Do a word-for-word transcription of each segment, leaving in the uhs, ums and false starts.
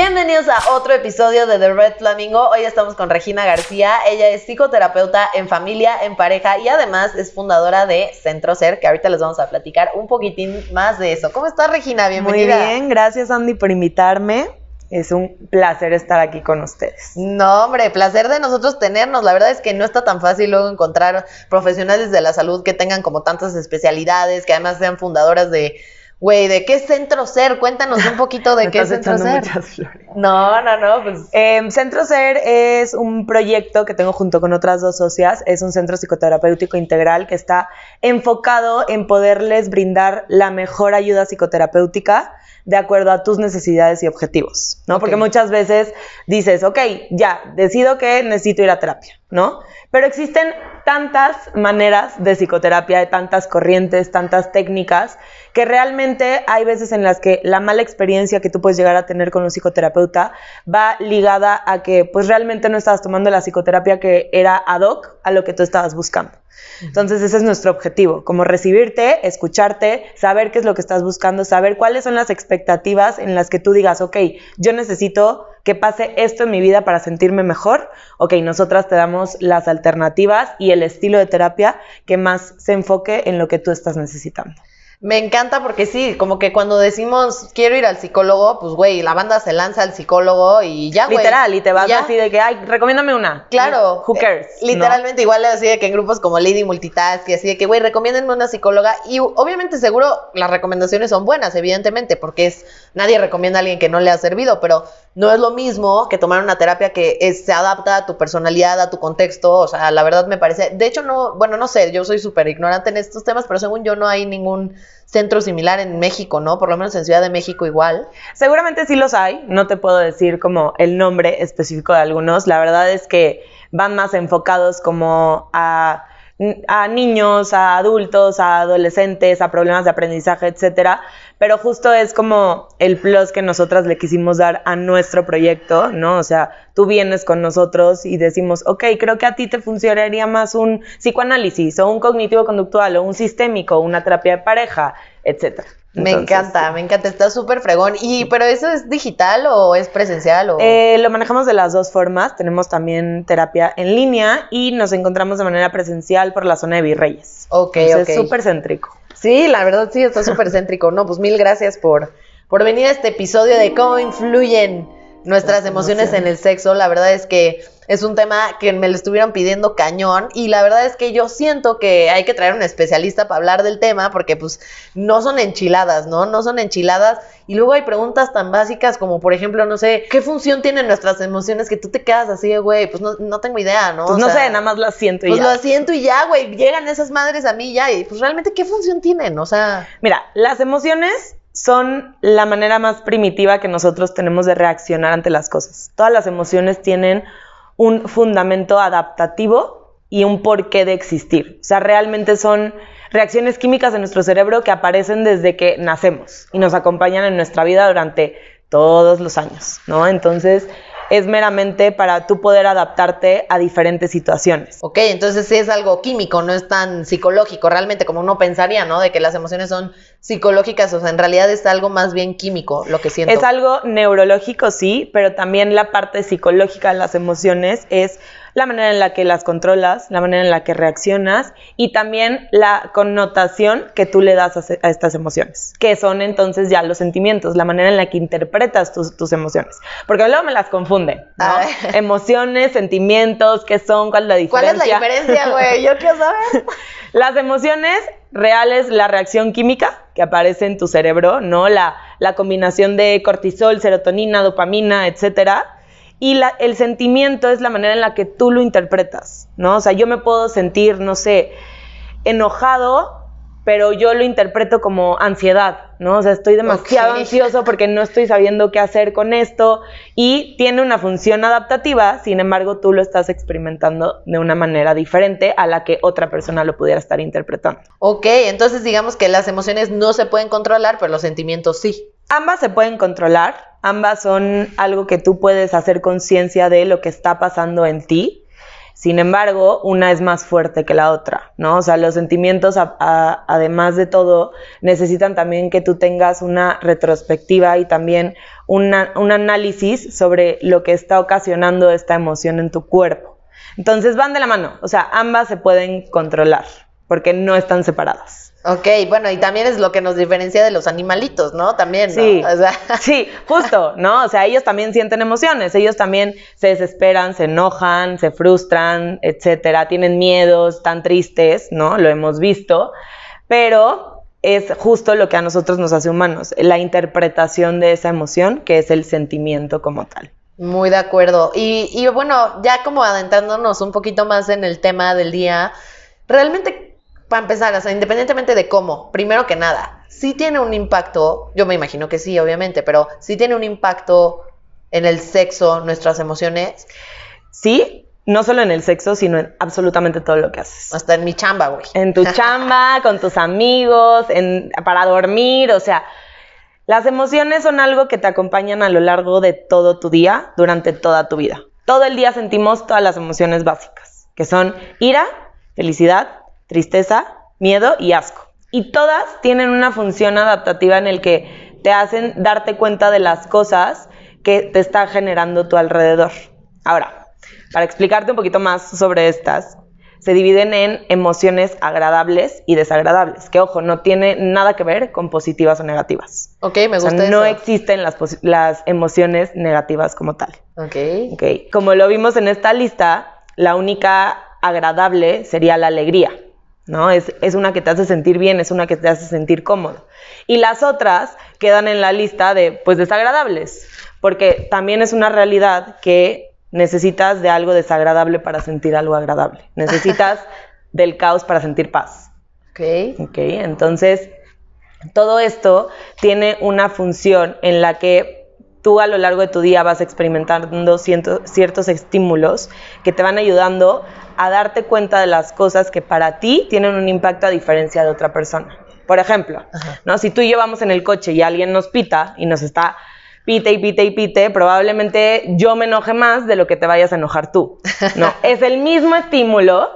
Bienvenidos a otro episodio de The Red Flamingo. Hoy estamos con Regina García. Ella es psicoterapeuta en familia, en pareja y además es fundadora de Centro Ser, que ahorita les vamos a platicar un poquitín más de eso. ¿Cómo estás, Regina? Bienvenida. Muy bien, gracias, Andy, por invitarme. Es un placer estar aquí con ustedes. No, hombre, placer de nosotros tenernos. La verdad es que no está tan fácil luego encontrar profesionales de la salud que tengan como tantas especialidades, que además sean fundadoras de... Güey, ¿de qué es Centro Ser? Cuéntanos un poquito de qué es Centro Ser. Muchas flores. No, no, no, pues... Eh, Centro Ser es un proyecto que tengo junto con otras dos socias. Es un centro psicoterapéutico integral que está enfocado en poderles brindar la mejor ayuda psicoterapéutica de acuerdo a tus necesidades y objetivos, ¿no? Okay. Porque muchas veces dices, ok, ya, decido que necesito ir a terapia, ¿no? Pero existen tantas maneras de psicoterapia, de tantas corrientes, tantas técnicas, que realmente hay veces en las que la mala experiencia que tú puedes llegar a tener con un psicoterapeuta va ligada a que pues realmente no estabas tomando la psicoterapia que era ad hoc a lo que tú estabas buscando. Entonces ese es nuestro objetivo, como recibirte, escucharte, saber qué es lo que estás buscando, saber cuáles son las expectativas en las que tú digas, ok, yo necesito que pase esto en mi vida para sentirme mejor. Ok, nosotras te damos las alternativas y el estilo de terapia que más se enfoque en lo que tú estás necesitando. Me encanta porque sí, como que cuando decimos quiero ir al psicólogo, pues güey, la banda se lanza al psicólogo y ya, güey. Literal, y te vas así de que, ay, recomiéndame una. Claro. Who cares? Eh, literalmente, ¿no? Igual así de que en grupos como Lady Multitask y así de que, güey, recomiéndenme una psicóloga. Y obviamente seguro las recomendaciones son buenas, evidentemente, porque es nadie recomienda a alguien que no le ha servido, pero no es lo mismo que tomar una terapia que es, se adapta a tu personalidad, a tu contexto. O sea, la verdad me parece, de hecho no, bueno, no sé, yo soy súper ignorante en estos temas, pero según yo no hay ningún centro similar en México, ¿no? Por lo menos en Ciudad de México igual. Seguramente sí los hay, no te puedo decir como el nombre específico de algunos, la verdad es que van más enfocados como a, a niños, a adultos, a adolescentes, a problemas de aprendizaje, etcétera, pero justo es como el plus que nosotras le quisimos dar a nuestro proyecto, ¿no? O sea, tú vienes con nosotros y decimos, ok, creo que a ti te funcionaría más un psicoanálisis o un cognitivo-conductual o un sistémico, o una terapia de pareja, etcétera. Me Entonces, encanta, me encanta, está súper fregón. ¿Y pero eso es digital o es presencial? O... Eh, lo manejamos de las dos formas, tenemos también terapia en línea y nos encontramos de manera presencial por la zona de Virreyes. Ok, Entonces, ok. Es súper céntrico. Sí, la verdad sí, está súper céntrico. No, pues mil gracias por, por venir a este episodio de cómo influyen nuestras emociones en el sexo. La verdad es que es un tema que me lo estuvieron pidiendo cañón y la verdad es que yo siento que hay que traer un especialista para hablar del tema porque pues no son enchiladas, ¿no? No son enchiladas y luego hay preguntas tan básicas como por ejemplo, no sé, ¿qué función tienen nuestras emociones? Que tú te quedas así de, güey, pues no, no tengo idea, ¿no? Pues o no sea, sé, nada más las siento y pues ya. Pues lo siento y ya, güey, llegan esas madres a mí ya y pues realmente ¿qué función tienen? O sea... Mira, las emociones son la manera más primitiva que nosotros tenemos de reaccionar ante las cosas. Todas las emociones tienen un fundamento adaptativo y un porqué de existir. O sea, realmente son reacciones químicas de nuestro cerebro que aparecen desde que nacemos y nos acompañan en nuestra vida durante todos los años, ¿no? Entonces, es meramente para tú poder adaptarte a diferentes situaciones. Ok, entonces sí es algo químico, no es tan psicológico, realmente como uno pensaría, ¿no? De que las emociones son psicológicas, o sea, en realidad es algo más bien químico, lo que siento. Es algo neurológico, sí, pero también la parte psicológica de las emociones es la manera en la que las controlas, la manera en la que reaccionas y también la connotación que tú le das a, a estas emociones, que son entonces ya los sentimientos, la manera en la que interpretas tus, tus emociones. Porque luego me las confunden, ¿no? Emociones, sentimientos, ¿qué son? ¿Cuál es la diferencia? ¿Cuál es la diferencia, güey? Yo quiero saber. Las emociones reales, la reacción química que aparece en tu cerebro, ¿no? La, la combinación de cortisol, serotonina, dopamina, etcétera. Y la, el sentimiento es la manera en la que tú lo interpretas, ¿no? O sea, yo me puedo sentir, no sé, enojado, pero yo lo interpreto como ansiedad, ¿no? O sea, estoy demasiado okay. ansioso porque no estoy sabiendo qué hacer con esto y tiene una función adaptativa, sin embargo, tú lo estás experimentando de una manera diferente a la que otra persona lo pudiera estar interpretando. Ok, entonces digamos que las emociones no se pueden controlar, pero los sentimientos sí. Ambas se pueden controlar, ambas son algo que tú puedes hacer conciencia de lo que está pasando en ti. Sin embargo, una es más fuerte que la otra, ¿no? O sea, los sentimientos, a, a, además de todo, necesitan también que tú tengas una retrospectiva y también una, un análisis sobre lo que está ocasionando esta emoción en tu cuerpo. Entonces, van de la mano. O sea, ambas se pueden controlar porque no están separadas. Ok, bueno, y también es lo que nos diferencia de los animalitos, ¿no? También, ¿no? Sí, o sea. sí, justo, ¿no? O sea, ellos también sienten emociones, ellos también se desesperan, se enojan, se frustran, etcétera, tienen miedos, están tristes, ¿no? Lo hemos visto, pero es justo lo que a nosotros nos hace humanos, la interpretación de esa emoción, que es el sentimiento como tal. Muy de acuerdo. Y, y bueno, ya como adentrándonos un poquito más en el tema del día, realmente... Para empezar, o sea, independientemente de cómo, primero que nada, sí tiene un impacto, yo me imagino que sí, obviamente, pero sí tiene un impacto en el sexo, nuestras emociones. Sí, no solo en el sexo, sino en absolutamente todo lo que haces. Hasta en mi chamba, güey. En tu chamba, con tus amigos, en, para dormir, o sea, las emociones son algo que te acompañan a lo largo de todo tu día, durante toda tu vida. Todo el día sentimos todas las emociones básicas, que son ira, felicidad, tristeza, miedo y asco. Y todas tienen una función adaptativa en el que te hacen darte cuenta de las cosas que te está generando tu alrededor. Ahora, para explicarte un poquito más sobre estas, se dividen en emociones agradables y desagradables, que ojo, no tiene nada que ver con positivas o negativas. Ok, me gusta o sea, eso. No existen las, las emociones negativas como tal. Ok. Ok. Como lo vimos en esta lista, la única agradable sería la alegría, ¿no? Es, es una que te hace sentir bien, es una que te hace sentir cómodo. Y las otras quedan en la lista de, pues, desagradables, porque también es una realidad que necesitas de algo desagradable para sentir algo agradable. Necesitas del caos para sentir paz. Ok. Ok, entonces, todo esto tiene una función en la que tú a lo largo de tu día vas experimentando ciento, ciertos estímulos que te van ayudando a darte cuenta de las cosas que para ti tienen un impacto a diferencia de otra persona. Por ejemplo, ¿no? Si tú y yo vamos en el coche y alguien nos pita y nos está pite y pite y pite, probablemente yo me enoje más de lo que te vayas a enojar tú, ¿no? Es el mismo estímulo,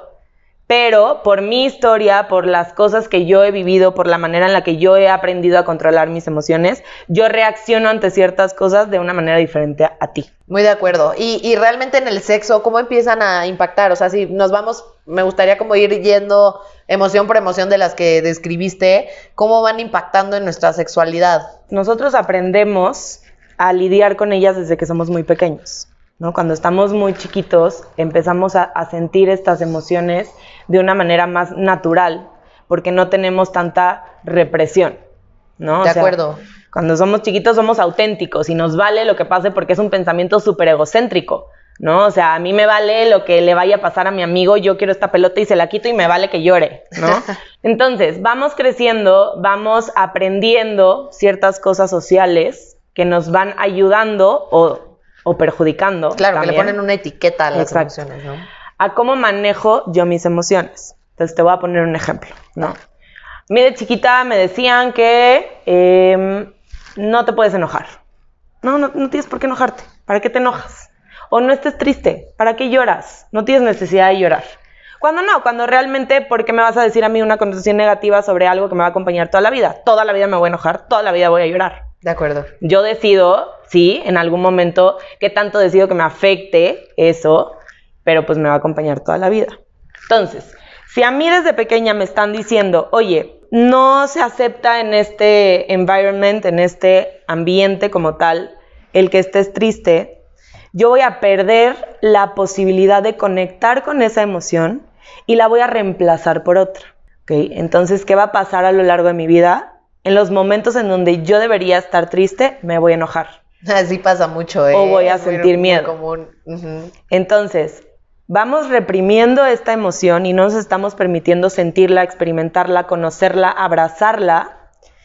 pero por mi historia, por las cosas que yo he vivido, por la manera en la que yo he aprendido a controlar mis emociones, yo reacciono ante ciertas cosas de una manera diferente a, a ti. Muy de acuerdo. Y, y realmente en el sexo, ¿cómo empiezan a impactar? O sea, si nos vamos, me gustaría como ir yendo emoción por emoción de las que describiste, ¿cómo van impactando en nuestra sexualidad? Nosotros aprendemos a lidiar con ellas desde que somos muy pequeños, ¿no? Cuando estamos muy chiquitos empezamos a, a sentir estas emociones de una manera más natural, porque no tenemos tanta represión, ¿no? De o sea, acuerdo. Cuando somos chiquitos somos auténticos y nos vale lo que pase porque es un pensamiento súper egocéntrico, ¿no? O sea, a mí me vale lo que le vaya a pasar a mi amigo, yo quiero esta pelota y se la quito y me vale que llore, ¿no? Entonces, vamos creciendo, vamos aprendiendo ciertas cosas sociales que nos van ayudando o, o perjudicando. Claro, también. que le ponen una etiqueta a las Exacto. emociones, ¿no? A cómo manejo yo mis emociones. Entonces, te voy a poner un ejemplo, ¿no? A mí de chiquita me decían que eh, no te puedes enojar. No, no, no tienes por qué enojarte. ¿Para qué te enojas? O no estés triste. ¿Para qué lloras? No tienes necesidad de llorar. Cuando no, cuando realmente, ¿por qué me vas a decir a mí una connotación negativa sobre algo que me va a acompañar toda la vida? Toda la vida me voy a enojar, toda la vida voy a llorar. De acuerdo. Yo decido, sí, en algún momento, qué tanto decido que me afecte eso, pero pues me va a acompañar toda la vida. Entonces, si a mí desde pequeña me están diciendo, oye, no se acepta en este environment, en este ambiente como tal, el que estés triste, yo voy a perder la posibilidad de conectar con esa emoción y la voy a reemplazar por otra. ¿Okay? Entonces, ¿qué va a pasar a lo largo de mi vida? En los momentos en donde yo debería estar triste, me voy a enojar. Así pasa mucho, ¿eh? O voy a es muy, sentir muy miedo. común. Uh-huh. Entonces, vamos reprimiendo esta emoción y no nos estamos permitiendo sentirla, experimentarla, conocerla, abrazarla.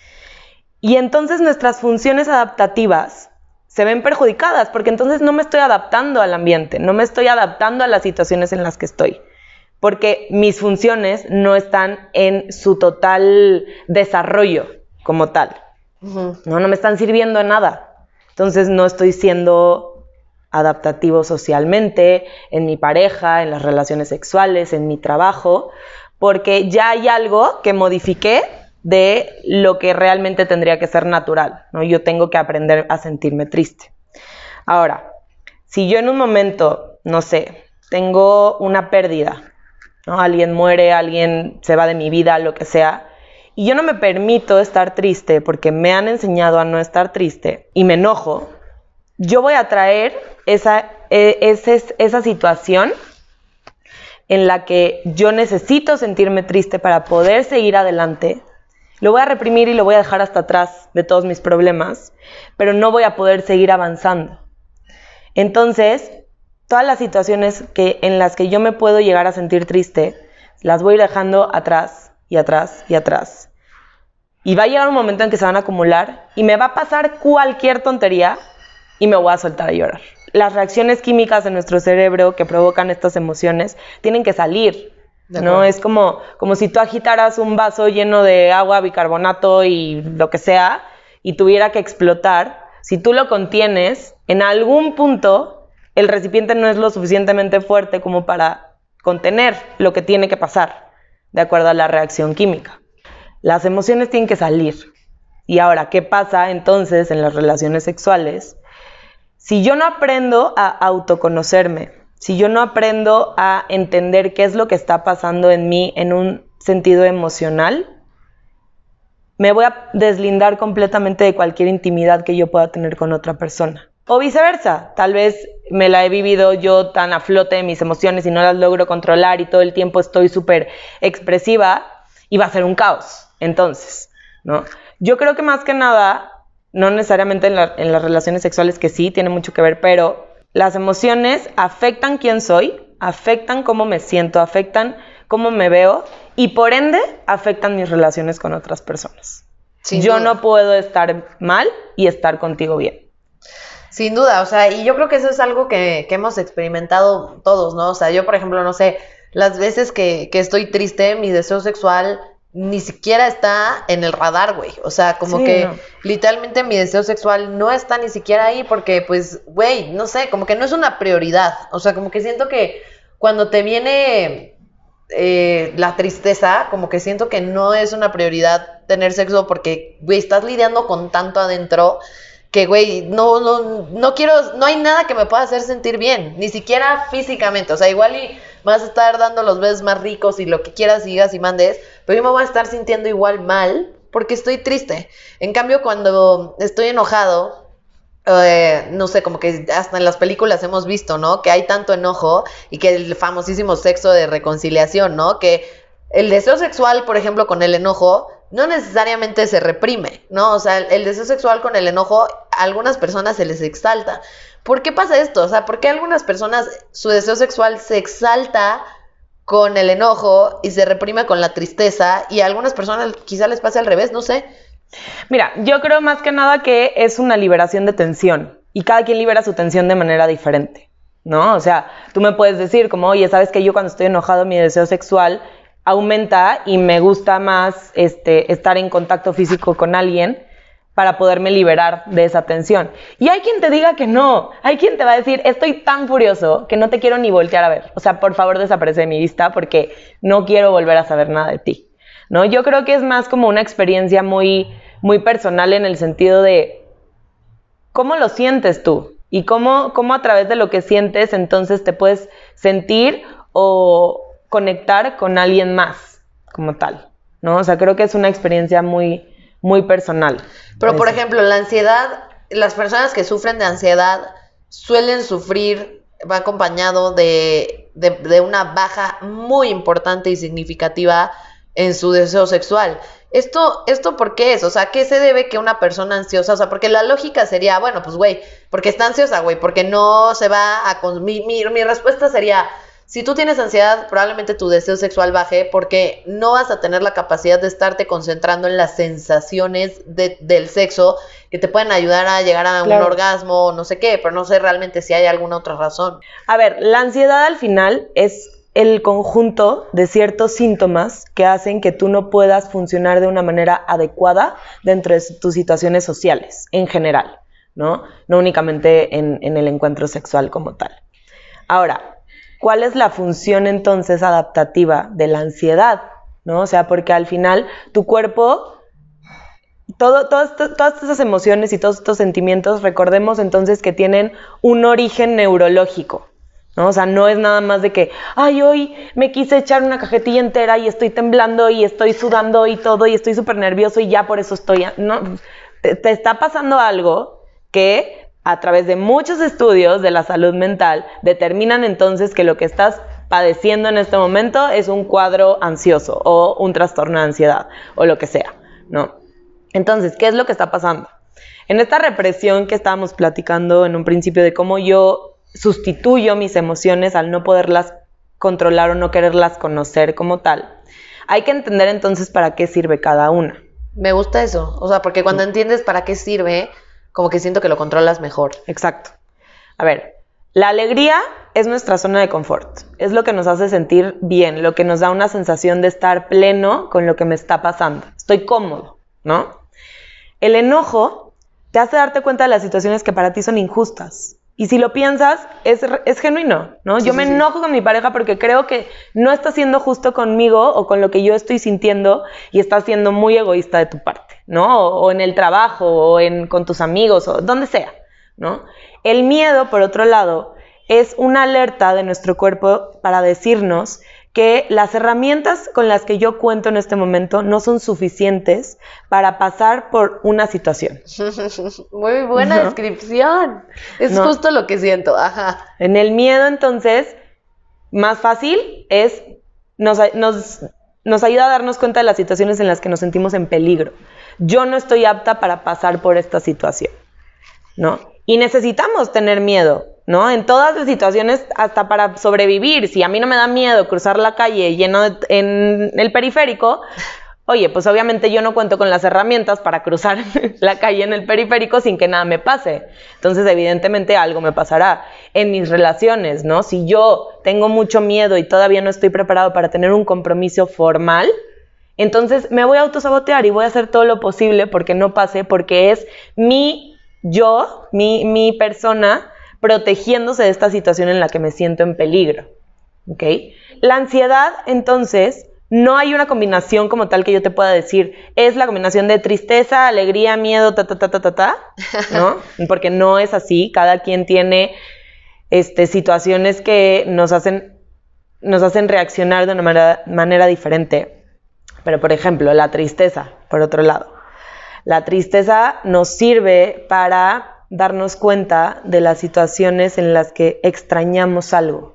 Y entonces nuestras funciones adaptativas se ven perjudicadas, porque entonces no me estoy adaptando al ambiente, no me estoy adaptando a las situaciones en las que estoy, porque mis funciones no están en su total desarrollo como tal. Uh-huh. No, no me están sirviendo a nada. Entonces no estoy siendo adaptativo socialmente, en mi pareja, en las relaciones sexuales, en mi trabajo, porque ya hay algo que modifiqué de lo que realmente tendría que ser natural, ¿no? Yo tengo que aprender a sentirme triste. Ahora, si yo en un momento, no sé, tengo una pérdida, ¿no? Alguien muere, alguien se va de mi vida, lo que sea, y yo no me permito estar triste porque me han enseñado a no estar triste y me enojo, yo voy a traer esa, esa, esa situación en la que yo necesito sentirme triste para poder seguir adelante. Lo voy a reprimir y lo voy a dejar hasta atrás de todos mis problemas, pero no voy a poder seguir avanzando. Entonces, todas las situaciones que, en las que yo me puedo llegar a sentir triste, las voy a ir dejando atrás y atrás y atrás. Y va a llegar un momento en que se van a acumular y me va a pasar cualquier tontería y me voy a soltar a llorar. Las reacciones químicas en nuestro cerebro que provocan estas emociones tienen que salir, ¿no? Es como, como si tú agitaras un vaso lleno de agua, bicarbonato y lo que sea, y tuviera que explotar. Si tú lo contienes, en algún punto el recipiente no es lo suficientemente fuerte como para contener lo que tiene que pasar, de acuerdo a la reacción química. Las emociones tienen que salir. Y ahora, ¿qué pasa entonces en las relaciones sexuales? Si yo no aprendo a autoconocerme, si yo no aprendo a entender qué es lo que está pasando en mí en un sentido emocional, me voy a deslindar completamente de cualquier intimidad que yo pueda tener con otra persona. O viceversa, tal vez me la he vivido yo tan a flote de mis emociones y no las logro controlar y todo el tiempo estoy súper expresiva y va a ser un caos. Entonces, ¿no? Yo creo que más que nada, no necesariamente en, la, en las relaciones sexuales, que sí, tiene mucho que ver, pero las emociones afectan quién soy, afectan cómo me siento, afectan cómo me veo y por ende afectan mis relaciones con otras personas. Sin Yo duda. No puedo estar mal y estar contigo bien. Sin duda, o sea, y yo creo que eso es algo que, que hemos experimentado todos, ¿no? O sea, yo, por ejemplo, no sé, las veces que, que estoy triste, mi deseo sexual ni siquiera está en el radar, güey. O sea, como sí, que no. Literalmente mi deseo sexual no está ni siquiera ahí porque, pues, güey, no sé, como que no es una prioridad. O sea, como que siento que cuando te viene eh, la tristeza, como que siento que no es una prioridad tener sexo porque, güey, estás lidiando con tanto adentro que, güey, no, no, no quiero, no hay nada que me pueda hacer sentir bien, ni siquiera físicamente. O sea, igual y vas a estar dando los besos más ricos y lo que quieras y digas y mandes, pero yo me voy a estar sintiendo igual mal porque estoy triste. En cambio, cuando estoy enojado, eh, no sé, como que hasta en las películas hemos visto, ¿no? Que hay tanto enojo y que el famosísimo sexo de reconciliación, ¿no? Que el deseo sexual, por ejemplo, con el enojo, no necesariamente se reprime, ¿no? O sea, el, el deseo sexual con el enojo, a algunas personas se les exalta. ¿Por qué pasa esto? O sea, ¿por qué a algunas personas su deseo sexual se exalta con el enojo y se reprime con la tristeza y a algunas personas quizá les pase al revés? No sé. Mira, yo creo más que nada que es una liberación de tensión y cada quien libera su tensión de manera diferente, ¿no? O sea, tú me puedes decir como, oye, ¿sabes que yo cuando estoy enojado mi deseo sexual aumenta y me gusta más este, estar en contacto físico con alguien para poderme liberar de esa tensión? Y hay quien te diga que no, hay quien te va a decir, estoy tan furioso que no te quiero ni voltear a ver. O sea, por favor, desaparece de mi vista porque no quiero volver a saber nada de ti, ¿no? Yo creo que es más como una experiencia muy, muy personal en el sentido de cómo lo sientes tú y cómo, cómo a través de lo que sientes entonces te puedes sentir o conectar con alguien más como tal, ¿no? O sea, creo que es una experiencia muy, muy personal. Pero, por ejemplo, la ansiedad, las personas que sufren de ansiedad suelen sufrir, va acompañado de, de, de una baja muy importante y significativa en su deseo sexual. ¿Esto, ¿Esto por qué es? O sea, ¿qué se debe que una persona ansiosa? O sea, porque la lógica sería, bueno, pues, güey, porque está ansiosa, güey, porque no se va a... Mi, mi, mi respuesta sería... Si tú tienes ansiedad, probablemente tu deseo sexual baje porque no vas a tener la capacidad de estarte concentrando en las sensaciones de, del sexo que te pueden ayudar a llegar a claro. un orgasmo, no sé qué, pero no sé realmente si hay alguna otra razón. A ver, la ansiedad al final es el conjunto de ciertos síntomas que hacen que tú no puedas funcionar de una manera adecuada dentro de tus situaciones sociales en general, ¿no? No únicamente en, en el encuentro sexual como tal. Ahora, ¿cuál es la función entonces adaptativa de la ansiedad? ¿No? O sea, porque al final tu cuerpo, todo, todo esto, todas esas emociones y todos estos sentimientos, recordemos entonces que tienen un origen neurológico, ¿no? O sea, no es nada más de que, ay, hoy me quise echar una cajetilla entera y estoy temblando y estoy sudando y todo y estoy súper nervioso y ya por eso estoy... No, te, te está pasando algo que a través de muchos estudios de la salud mental determinan entonces que lo que estás padeciendo en este momento es un cuadro ansioso o un trastorno de ansiedad o lo que sea, ¿no? Entonces, ¿qué es lo que está pasando? En esta represión que estábamos platicando en un principio de cómo yo sustituyo mis emociones al no poderlas controlar o no quererlas conocer como tal, hay que entender entonces para qué sirve cada una. Me gusta eso, o sea, porque cuando sí. entiendes para qué sirve, como que siento que lo controlas mejor. Exacto. A ver, la alegría es nuestra zona de confort, es lo que nos hace sentir bien, lo que nos da una sensación de estar pleno con lo que me está pasando. Estoy cómodo, ¿no? El enojo te hace darte cuenta de las situaciones que para ti son injustas. Y si lo piensas, es, es genuino, ¿no? Sí, yo me sí, enojo sí. con mi pareja porque creo que no está siendo justo conmigo o con lo que yo estoy sintiendo y está siendo muy egoísta de tu parte, ¿no? O, o en el trabajo, o en, con tus amigos, o donde sea, ¿no? El miedo, por otro lado, es una alerta de nuestro cuerpo para decirnos que las herramientas con las que yo cuento en este momento no son suficientes para pasar por una situación. Muy buena ¿no? descripción. Es no. justo lo que siento. Ajá. En el miedo, entonces, más fácil es, nos, nos, nos ayuda a darnos cuenta de las situaciones en las que nos sentimos en peligro. Yo no estoy apta para pasar por esta situación, ¿no? Y necesitamos tener miedo, ¿no? En todas las situaciones, hasta para sobrevivir. Si a mí no me da miedo cruzar la calle lleno de, en el periférico, oye, pues obviamente yo no cuento con las herramientas para cruzar la calle en el periférico sin que nada me pase. Entonces, evidentemente, algo me pasará. En mis relaciones, ¿no? Si yo tengo mucho miedo y todavía no estoy preparado para tener un compromiso formal, entonces me voy a autosabotear y voy a hacer todo lo posible porque no pase, porque es mi yo, mi, mi persona, protegiéndose de esta situación en la que me siento en peligro, ¿ok? La ansiedad, entonces, no hay una combinación como tal que yo te pueda decir, es la combinación de tristeza, alegría, miedo, ta, ta, ta, ta, ta, ta, ¿no? Porque no es así, cada quien tiene este, situaciones que nos hacen, nos hacen reaccionar de una manera, manera diferente. Pero, por ejemplo, la tristeza, por otro lado. La tristeza nos sirve para darnos cuenta de las situaciones en las que extrañamos algo.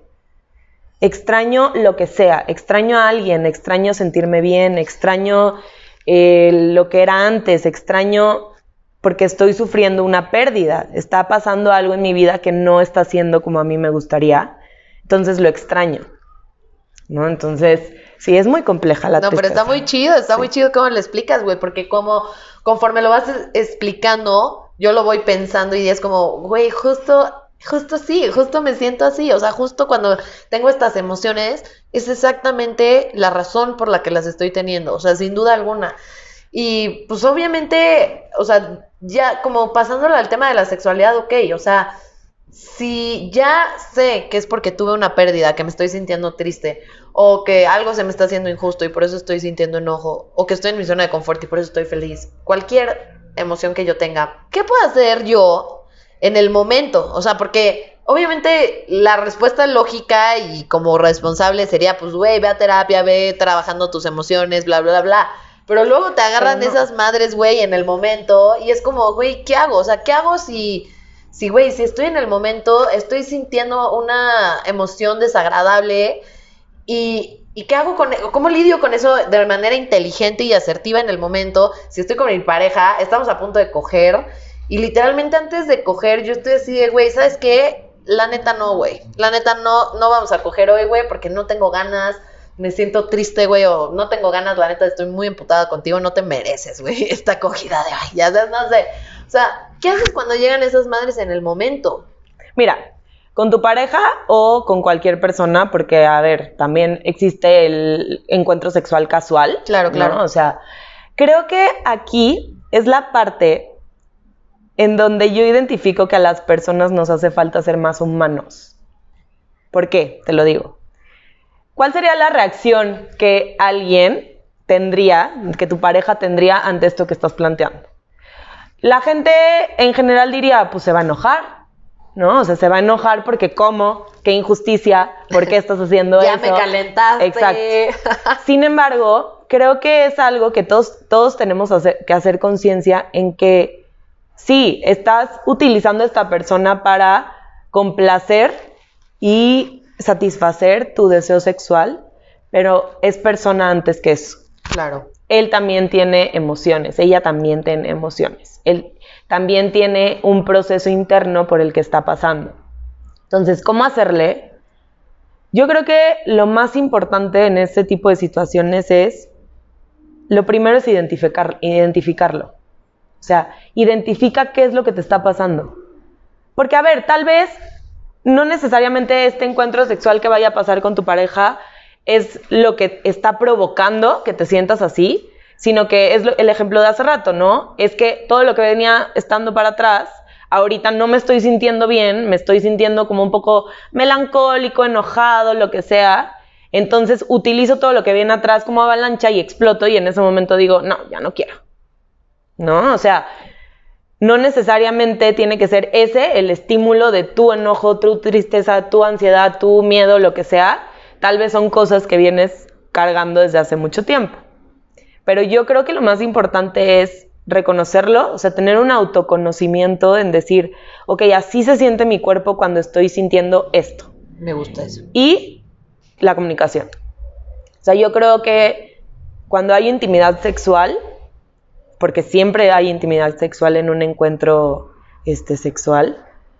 Extraño lo que sea, extraño a alguien, extraño sentirme bien, extraño eh, lo que era antes, extraño porque estoy sufriendo una pérdida, está pasando algo en mi vida que no está siendo como a mí me gustaría, entonces lo extraño, ¿no? Entonces, sí, es muy compleja la tristeza. No, pero está muy chido, está sí. muy chido cómo lo explicas, güey, porque como conforme lo vas explicando, yo lo voy pensando y es como, güey, justo, justo sí, justo me siento así, o sea, justo cuando tengo estas emociones, es exactamente la razón por la que las estoy teniendo, o sea, sin duda alguna. Y pues obviamente, o sea, ya como pasándolo al tema de la sexualidad, ok, o sea, si ya sé que es porque tuve una pérdida, que me estoy sintiendo triste, o que algo se me está haciendo injusto y por eso estoy sintiendo enojo, o que estoy en mi zona de confort y por eso estoy feliz, cualquier emoción que yo tenga, ¿qué puedo hacer yo en el momento? O sea, porque obviamente la respuesta lógica y como responsable sería, pues, güey, ve a terapia, ve trabajando tus emociones, bla, bla, bla, pero luego te agarran no. esas madres, güey, en el momento y es como, güey, ¿qué hago? O sea, ¿qué hago si... Sí, güey, si estoy en el momento, estoy sintiendo una emoción desagradable y, y ¿qué hago con cómo lidio con eso de manera inteligente y asertiva en el momento? Si estoy con mi pareja, estamos a punto de coger y literalmente antes de coger yo estoy así de, güey, ¿sabes qué? La neta no, güey, la neta no, no vamos a coger hoy, güey, porque no tengo ganas, me siento triste, güey, o no tengo ganas, la neta estoy muy emputada contigo, no te mereces, güey, esta acogida de, ay, ya sabes, no sé. O sea, ¿qué haces cuando llegan esas madres en el momento? Mira, con tu pareja o con cualquier persona, porque, a ver, también existe el encuentro sexual casual. Claro, claro. ¿no? O sea, creo que aquí es la parte en donde yo identifico que a las personas nos hace falta ser más humanos. ¿Por qué? Te lo digo. ¿Cuál sería la reacción que alguien tendría, que tu pareja tendría ante esto que estás planteando? La gente en general diría, pues se va a enojar, ¿no? O sea, se va a enojar porque ¿cómo? ¿Qué injusticia? ¿Por qué estás haciendo ya eso? Ya me calentaste. Exacto. Sin embargo, creo que es algo que todos, todos tenemos hacer, que hacer conciencia en que sí, estás utilizando a esta persona para complacer y satisfacer tu deseo sexual, pero es persona antes que eso. Claro. Él también tiene emociones, ella también tiene emociones. Él también tiene un proceso interno por el que está pasando. Entonces, ¿cómo hacerle? Yo creo que lo más importante en este tipo de situaciones es, lo primero es identificar, identificarlo. O sea, identifica qué es lo que te está pasando. Porque, a ver, tal vez no necesariamente este encuentro sexual que vaya a pasar con tu pareja es lo que está provocando que te sientas así, sino que es lo, el ejemplo de hace rato, ¿no? Es que todo lo que venía estando para atrás, ahorita no me estoy sintiendo bien, me estoy sintiendo como un poco melancólico, enojado, lo que sea. Entonces utilizo todo lo que viene atrás como avalancha y exploto y en ese momento digo, no, ya no quiero. ¿No? O sea, no necesariamente tiene que ser ese el estímulo de tu enojo, tu tristeza, tu ansiedad, tu miedo, lo que sea. Tal vez son cosas que vienes cargando desde hace mucho tiempo. Pero yo creo que lo más importante es reconocerlo, o sea, tener un autoconocimiento en decir, ok, así se siente mi cuerpo cuando estoy sintiendo esto. Me gusta eso. Y la comunicación. O sea, yo creo que cuando hay intimidad sexual, porque siempre hay intimidad sexual en un encuentro este, sexual,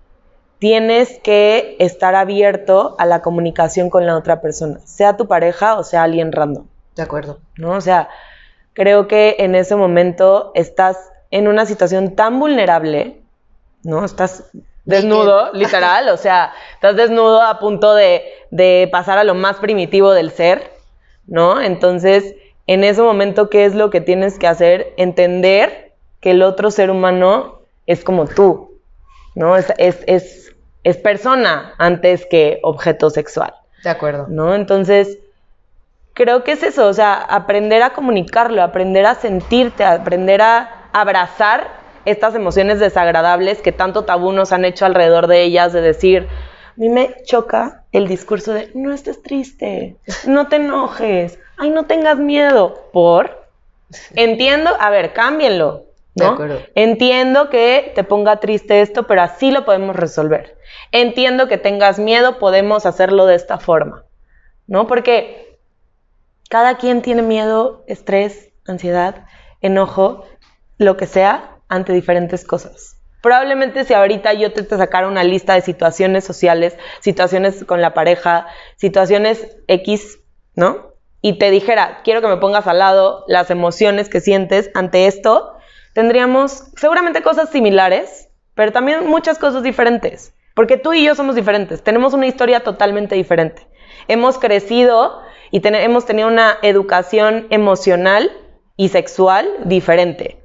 tienes que estar abierto a la comunicación con la otra persona, sea tu pareja o sea alguien random. De acuerdo. ¿No? O sea, creo que en ese momento estás en una situación tan vulnerable, ¿no? Estás desnudo, literal, o sea, estás desnudo a punto de, de pasar a lo más primitivo del ser, ¿no? Entonces, en ese momento, ¿qué es lo que tienes que hacer? Entender que el otro ser humano es como tú, ¿no? Es, es, es, es persona antes que objeto sexual. De acuerdo. ¿No? Entonces, creo que es eso, o sea, aprender a comunicarlo, aprender a sentirte, aprender a abrazar estas emociones desagradables que tanto tabú nos han hecho alrededor de ellas, de decir, a mí me choca el discurso de, no estés triste, no te enojes, ay, no tengas miedo, ¿por? Entiendo, a ver, cámbienlo, ¿no? De acuerdo. Entiendo que te ponga triste esto, pero así lo podemos resolver. Entiendo que tengas miedo, podemos hacerlo de esta forma, ¿no? Porque cada quien tiene miedo, estrés, ansiedad, enojo, lo que sea, ante diferentes cosas. Probablemente si ahorita yo te, te sacara una lista de situaciones sociales, situaciones con la pareja, situaciones X, ¿no? Y te dijera, quiero que me pongas al lado las emociones que sientes ante esto, tendríamos seguramente cosas similares, pero también muchas cosas diferentes. Porque tú y yo somos diferentes, tenemos una historia totalmente diferente. Hemos crecido y ten- hemos tenido una educación emocional y sexual diferente.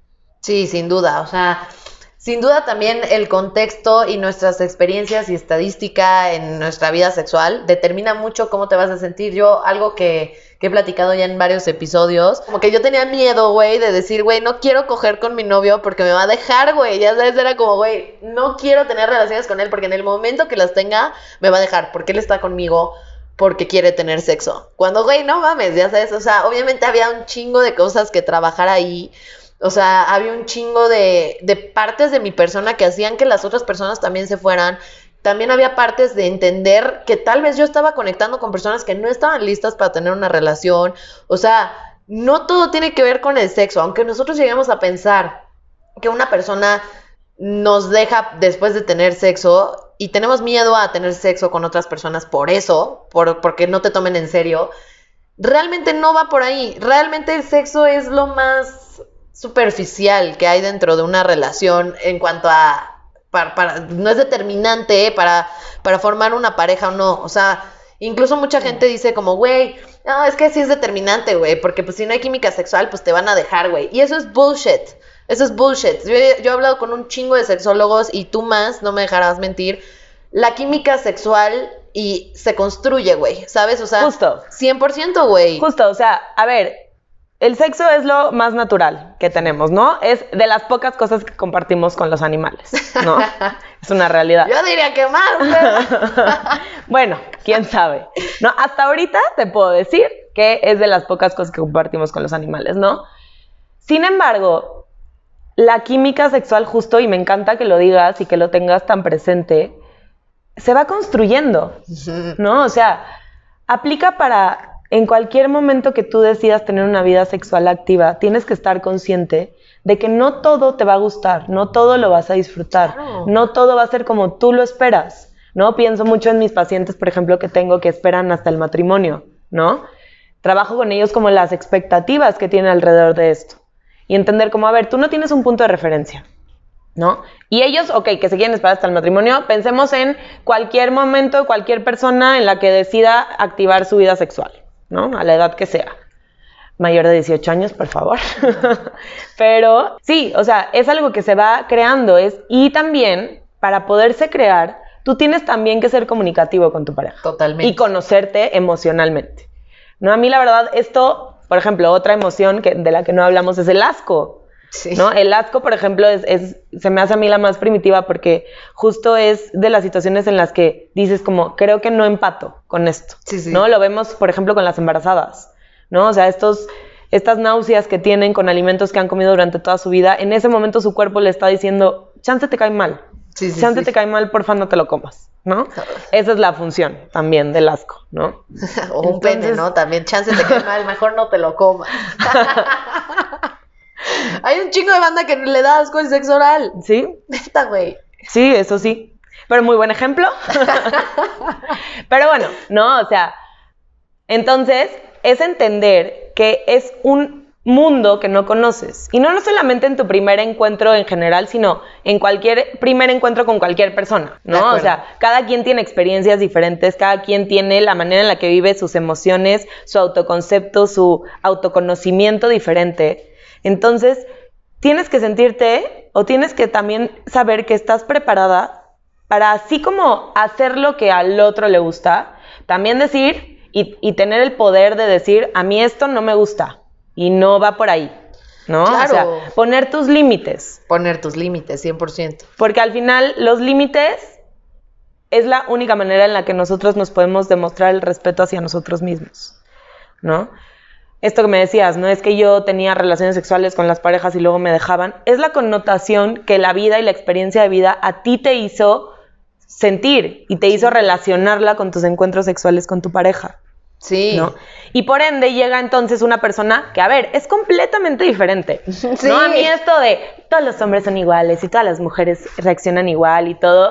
Sí, sin duda, o sea, sin duda también el contexto y nuestras experiencias y estadística en nuestra vida sexual determina mucho cómo te vas a sentir. Yo, algo que, que he platicado ya en varios episodios, como que yo tenía miedo, güey, de decir, güey, no quiero coger con mi novio porque me va a dejar, güey, ya sabes, era como, güey, no quiero tener relaciones con él porque en el momento que las tenga, me va a dejar, porque él está conmigo, porque quiere tener sexo. Cuando, güey, no mames, ya sabes, o sea, obviamente había un chingo de cosas que trabajar ahí. O sea, había un chingo de, de partes de mi persona que hacían que las otras personas también se fueran. También había partes de entender que tal vez yo estaba conectando con personas que no estaban listas para tener una relación. O sea, no todo tiene que ver con el sexo. Aunque nosotros lleguemos a pensar que una persona nos deja después de tener sexo y tenemos miedo a tener sexo con otras personas por eso, por, porque no te tomen en serio, realmente no va por ahí. Realmente el sexo es lo más superficial que hay dentro de una relación en cuanto a, para, para, no es determinante ¿eh? para, para formar una pareja o no, o sea, incluso mucha gente dice como, güey, no, es que sí es determinante, güey, porque pues si no hay química sexual, pues te van a dejar, güey, y eso es bullshit, Eso es bullshit. Yo, yo he hablado con un chingo de sexólogos y tú más, no me dejarás mentir. La química sexual y se construye, güey, ¿sabes? O sea, Justo. cien por ciento, güey. Justo, o sea, a ver, el sexo es lo más natural que tenemos, ¿no? Es de las pocas cosas que compartimos con los animales, ¿no? Es una realidad. Yo diría que más, pero... Bueno, quién sabe. No, hasta ahorita te puedo decir que es de las pocas cosas que compartimos con los animales, ¿no? Sin embargo, la química sexual justo, y me encanta que lo digas y que lo tengas tan presente, se va construyendo, ¿no? O sea, aplica para en cualquier momento que tú decidas tener una vida sexual activa, tienes que estar consciente de que no todo te va a gustar, no todo lo vas a disfrutar, Claro. no todo va a ser como tú lo esperas, ¿no? Pienso mucho en mis pacientes, por ejemplo, que tengo que esperan hasta el matrimonio, ¿no? Trabajo con ellos como las expectativas que tienen alrededor de esto y entender como, a ver, tú no tienes un punto de referencia, ¿no? Y ellos, ok, que se quieren esperar hasta el matrimonio, pensemos en cualquier momento, cualquier persona en la que decida activar su vida sexual, ¿no? A la edad que sea. Mayor de dieciocho años, por favor. Pero sí, o sea, es algo que se va creando. Es, y también, para poderse crear, tú tienes también que ser comunicativo con tu pareja. Totalmente. Y conocerte emocionalmente, ¿no? A mí, la verdad, esto, por ejemplo, otra emoción que, de la que no hablamos es el asco. Sí. ¿No? El asco, por ejemplo, es, es, se me hace a mí la más primitiva porque justo es de las situaciones en las que dices como, creo que no empato con esto, Sí, sí. ¿no? Lo vemos, por ejemplo, con las embarazadas, ¿no? O sea, estos, estas náuseas que tienen con alimentos que han comido durante toda su vida, en ese momento su cuerpo le está diciendo, chance te cae mal, Sí, sí, chance sí. te cae mal, porfa no te lo comas, ¿no? Esa es la función también del asco, ¿no? O un Entonces- pene, ¿no? También, chance te cae mal, mejor no te lo comas. Hay un chingo de banda que le da asco el sexo oral. ¿Sí? Neta, güey. Sí, eso sí. Pero muy buen ejemplo. Pero bueno, ¿no? O sea, entonces es entender que es un mundo que no conoces. Y no, no solamente en tu primer encuentro en general, sino en cualquier primer encuentro con cualquier persona, De ¿no? acuerdo. O sea, cada quien tiene experiencias diferentes, cada quien tiene la manera en la que vive sus emociones, su autoconcepto, su autoconocimiento diferente. Entonces, tienes que sentirte o tienes que también saber que estás preparada para así como hacer lo que al otro le gusta, también decir y, y tener el poder de decir, a mí esto no me gusta y no va por ahí, ¿no? Claro. O sea, poner tus límites, Poner tus límites, cien por ciento. porque al final los límites es la única manera en la que nosotros nos podemos demostrar el respeto hacia nosotros mismos, ¿no? Esto que me decías, no es que yo tenía relaciones sexuales con las parejas y luego me dejaban, es la connotación que la vida y la experiencia de vida a ti te hizo sentir y te hizo relacionarla con tus encuentros sexuales con tu pareja, Sí. ¿no? Y por ende llega entonces una persona que, a ver, es completamente diferente, Sí. ¿no? A mí esto de todos los hombres son iguales y todas las mujeres reaccionan igual y todo,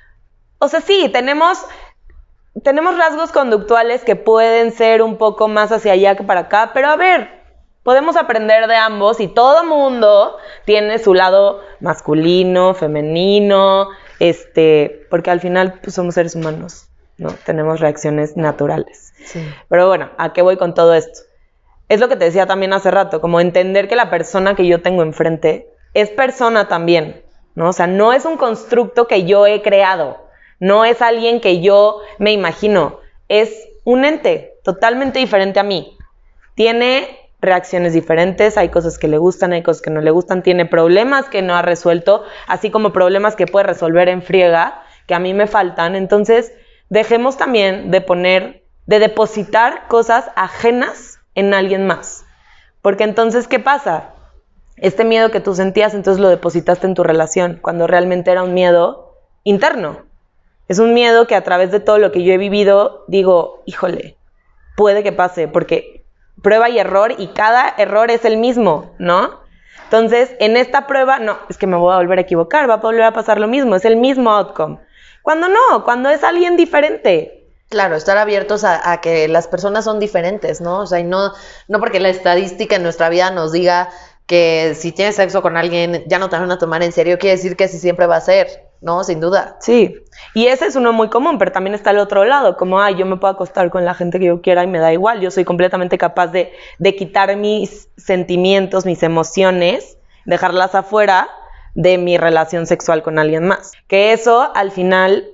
o sea, sí, tenemos... Tenemos rasgos conductuales que pueden ser un poco más hacia allá que para acá, pero a ver, podemos aprender de ambos y todo mundo tiene su lado masculino, femenino, este, porque al final pues, somos seres humanos, ¿no? Tenemos reacciones naturales. Sí. Pero bueno, ¿a qué voy con todo esto? Es lo que te decía también hace rato, como entender que la persona que yo tengo enfrente es persona también, ¿no? O sea, no es un constructo que yo he creado. No es alguien que yo me imagino, es un ente totalmente diferente a mí. Tiene reacciones diferentes, hay cosas que le gustan, hay cosas que no le gustan, tiene problemas que no ha resuelto, así como problemas que puede resolver en friega, que a mí me faltan. Entonces, dejemos también de poner, de depositar cosas ajenas en alguien más. Porque entonces, ¿qué pasa? Este miedo que tú sentías, entonces lo depositaste en tu relación, cuando realmente era un miedo interno. Es un miedo que a través de todo lo que yo he vivido, digo, híjole, puede que pase, porque prueba y error, y cada error es el mismo, ¿no? Entonces, en esta prueba, no, es que me voy a volver a equivocar, va a volver a pasar lo mismo, es el mismo outcome. Cuando no, cuando es alguien diferente. Claro, estar abiertos a, a que las personas son diferentes, ¿no? O sea, y no, no porque la estadística en nuestra vida nos diga que si tienes sexo con alguien ya no te van a tomar en serio, quiere decir que así siempre va a ser, ¿no? Sin duda. Sí, y ese es uno muy común, pero también está el otro lado, como, ay, yo me puedo acostar con la gente que yo quiera y me da igual, yo soy completamente capaz de, de quitar mis sentimientos, mis emociones dejarlas afuera de mi relación sexual con alguien más. Que eso, al final,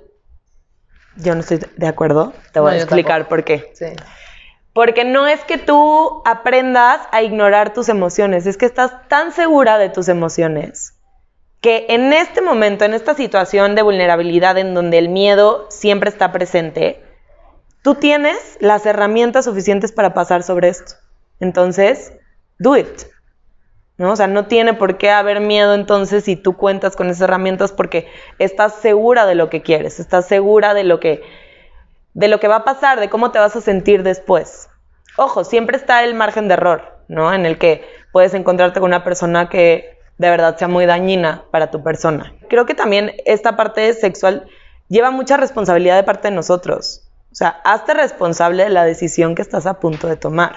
yo no estoy de acuerdo. Te voy no, a explicar por qué. Sí. Porque no es que tú aprendas a ignorar tus emociones, es que estás tan segura de tus emociones que en este momento, en esta situación de vulnerabilidad en donde el miedo siempre está presente, tú tienes las herramientas suficientes para pasar sobre esto. Entonces, do it. ¿No? O sea, no tiene por qué haber miedo entonces si tú cuentas con esas herramientas porque estás segura de lo que quieres, estás segura de lo que, de lo que va a pasar, de cómo te vas a sentir después. Ojo, siempre está el margen de error, ¿no? En el que puedes encontrarte con una persona que de verdad sea muy dañina para tu persona. Creo que también esta parte sexual lleva mucha responsabilidad de parte de nosotros. O sea, hazte responsable de la decisión que estás a punto de tomar.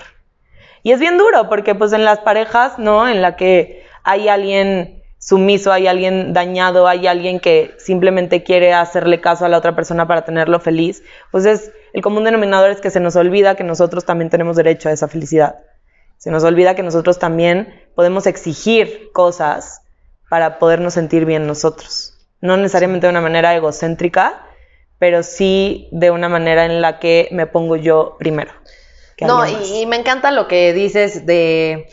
Y es bien duro porque pues en las parejas, ¿no? En la que hay alguien sumiso, hay alguien dañado, hay alguien que simplemente quiere hacerle caso a la otra persona para tenerlo feliz, pues es el común denominador es que se nos olvida que nosotros también tenemos derecho a esa felicidad. Se nos olvida que nosotros también podemos exigir cosas para podernos sentir bien nosotros. No necesariamente de una manera egocéntrica, pero sí de una manera en la que me pongo yo primero. No, y, y me encanta lo que dices de,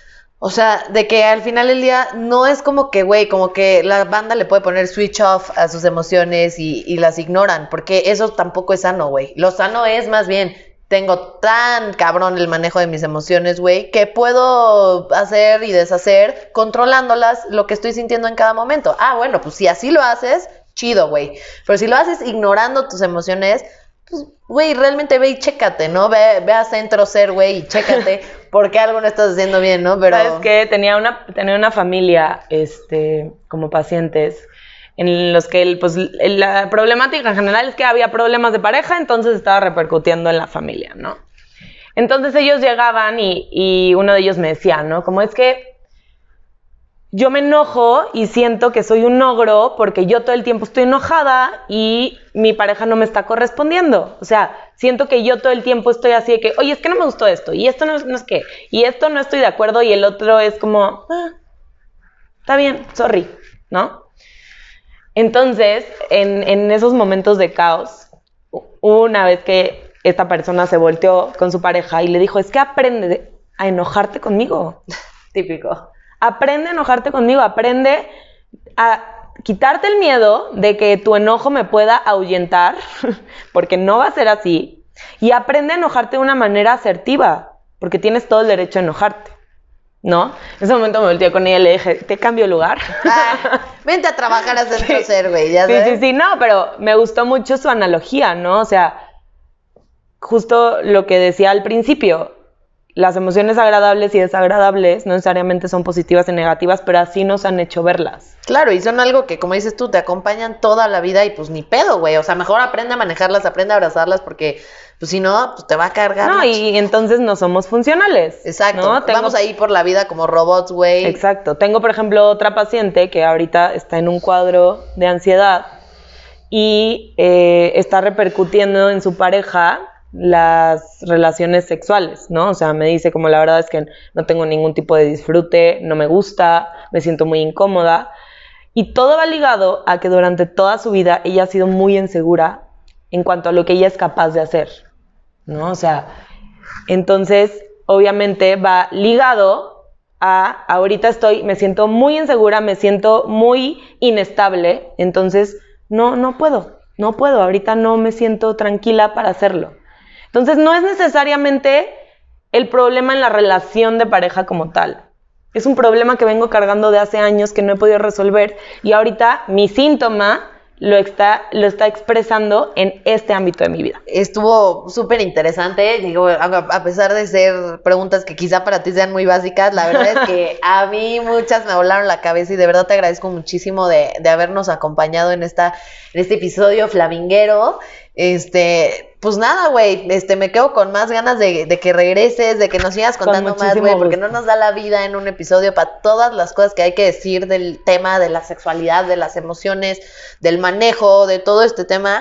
o sea, de que al final del día no es como que, güey, como que la banda le puede poner switch off a sus emociones y, y las ignoran, porque eso tampoco es sano, güey. Lo sano es más bien, tengo tan cabrón el manejo de mis emociones, güey, que puedo hacer y deshacer controlándolas lo que estoy sintiendo en cada momento. Ah, bueno, pues si así lo haces, chido, güey. Pero si lo haces ignorando tus emociones, pues, güey, realmente ve y chécate, ¿no? Ve, ve a Centro Ser, güey, y chécate porque algo no estás haciendo bien, ¿no? Pero... ¿Sabes qué? Tenía una, tenía una familia, este, como pacientes, en los que, el, pues, la problemática en general es que había problemas de pareja, entonces estaba repercutiendo en la familia, ¿no? Entonces ellos llegaban y, y uno de ellos me decía, ¿no? Como es que yo me enojo y siento que soy un ogro porque yo todo el tiempo estoy enojada y mi pareja no me está correspondiendo. O sea, siento que yo todo el tiempo estoy así de que, oye, es que no me gustó esto, y esto no, no es qué, y esto no estoy de acuerdo, y el otro es como, ah, está bien, sorry, ¿no? Entonces, en, en esos momentos de caos, una vez que esta persona se volteó con su pareja y le dijo, es que aprende a enojarte conmigo. Típico. Aprende a enojarte conmigo, aprende a quitarte el miedo de que tu enojo me pueda ahuyentar, porque no va a ser así, y aprende a enojarte de una manera asertiva, porque tienes todo el derecho a enojarte, ¿no? En ese momento me volteé con ella y le dije, ¿te cambio de lugar? Ah, vente a trabajar a Centro Sí. Ser, güey, ya Sí, sabes. sí, sí, no, pero me gustó mucho su analogía, ¿no? O sea, justo lo que decía al principio, las emociones agradables y desagradables no necesariamente son positivas y negativas, pero así nos han hecho verlas. Claro, y son algo que, como dices tú, te acompañan toda la vida y pues ni pedo, güey. O sea, mejor aprende a manejarlas, aprende a abrazarlas porque, pues si no, pues te va a cargar. No, y entonces no somos funcionales. Exacto. ¿no? Tengo... Vamos ahí por la vida como robots, güey. Exacto. Tengo, por ejemplo, otra paciente que ahorita está en un cuadro de ansiedad y eh, está repercutiendo en su pareja las relaciones sexuales, ¿no? O sea, me dice como la verdad es que no tengo ningún tipo de disfrute, no me gusta, me siento muy incómoda. Y todo va ligado a que durante toda su vida ella ha sido muy insegura en cuanto a lo que ella es capaz de hacer, ¿no? O sea, entonces, obviamente va ligado a ahorita estoy, me siento muy insegura, me siento muy inestable, entonces no, no puedo, no puedo, ahorita no me siento tranquila para hacerlo. Entonces, no es necesariamente el problema en la relación de pareja como tal. Es un problema que vengo cargando de hace años que no he podido resolver y ahorita mi síntoma lo está, lo está expresando en este ámbito de mi vida. Estuvo súper interesante, digo, a, a pesar de ser preguntas que quizá para ti sean muy básicas, la verdad es que a mí muchas me volaron la cabeza y de verdad te agradezco muchísimo de, de habernos acompañado en, esta, en este episodio flaminguero. Este, pues nada, güey, este, me quedo con más ganas de, de que regreses, de que nos sigas contando más, güey, porque no nos da la vida en un episodio para todas las cosas que hay que decir del tema de la sexualidad, de las emociones, del manejo, de todo este tema.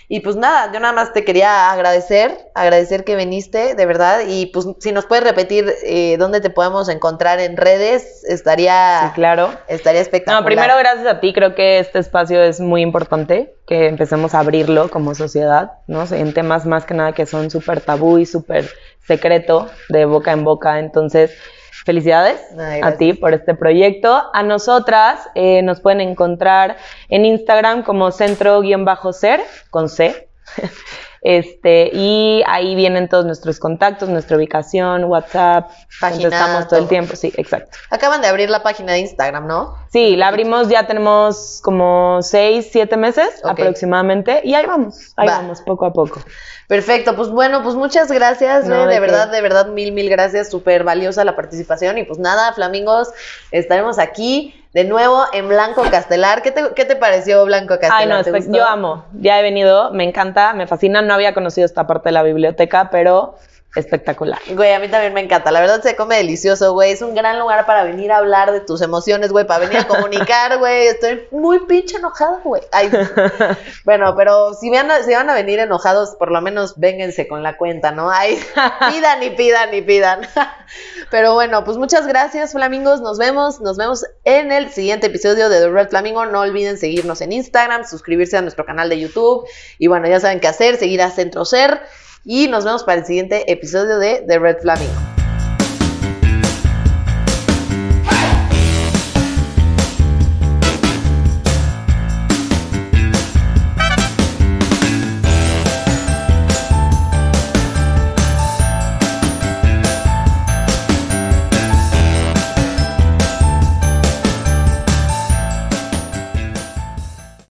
Y pues nada, yo nada más te quería agradecer, agradecer que viniste, de verdad. Y pues si nos puedes repetir eh, dónde te podemos encontrar en redes, estaría, sí, claro. estaría espectacular. No, primero gracias a ti, creo que este espacio es muy importante, que empecemos a abrirlo como sociedad, ¿no? En temas más que nada que son súper tabú y súper secreto, de boca en boca. Entonces, felicidades Ay, a ti por este proyecto. A nosotras eh, nos pueden encontrar en Instagram como centro-ser, con C. Este, y ahí vienen todos nuestros contactos, nuestra ubicación, WhatsApp, Página, contestamos todo, todo el tiempo, sí, exacto. Acaban de abrir la página de Instagram, ¿no? Sí, la abrimos, ya tenemos como seis, siete meses Ok. aproximadamente, y ahí vamos, ahí Va. vamos, poco a poco. Perfecto, pues bueno, pues muchas gracias, No, Re, ¿de de qué? verdad, de verdad, mil, mil gracias, súper valiosa la participación. Y pues nada, Flamingos, estaremos aquí de nuevo en Blanco Castelar. ¿Qué te, qué te pareció Blanco Castelar? Ay, no, ¿Te espe- gustó? yo amo, ya he venido, me encanta, me fascina, no había conocido esta parte de la biblioteca, pero espectacular. Güey, a mí también me encanta, la verdad se come delicioso, güey, es un gran lugar para venir a hablar de tus emociones, güey, para venir a comunicar, güey, estoy muy pinche enojada, güey. Ay, bueno, pero si van, a, si van a venir enojados, por lo menos vénganse con la cuenta, ¿no? Ay, pidan y pidan y pidan. Pero bueno, pues muchas gracias, Flamingos, nos vemos, nos vemos en el siguiente episodio de The Red Flamingo. No olviden seguirnos en Instagram, suscribirse a nuestro canal de YouTube, y bueno, ya saben qué hacer, seguir a Centro Ser. Y nos vemos para el siguiente episodio de The Red Flamingo.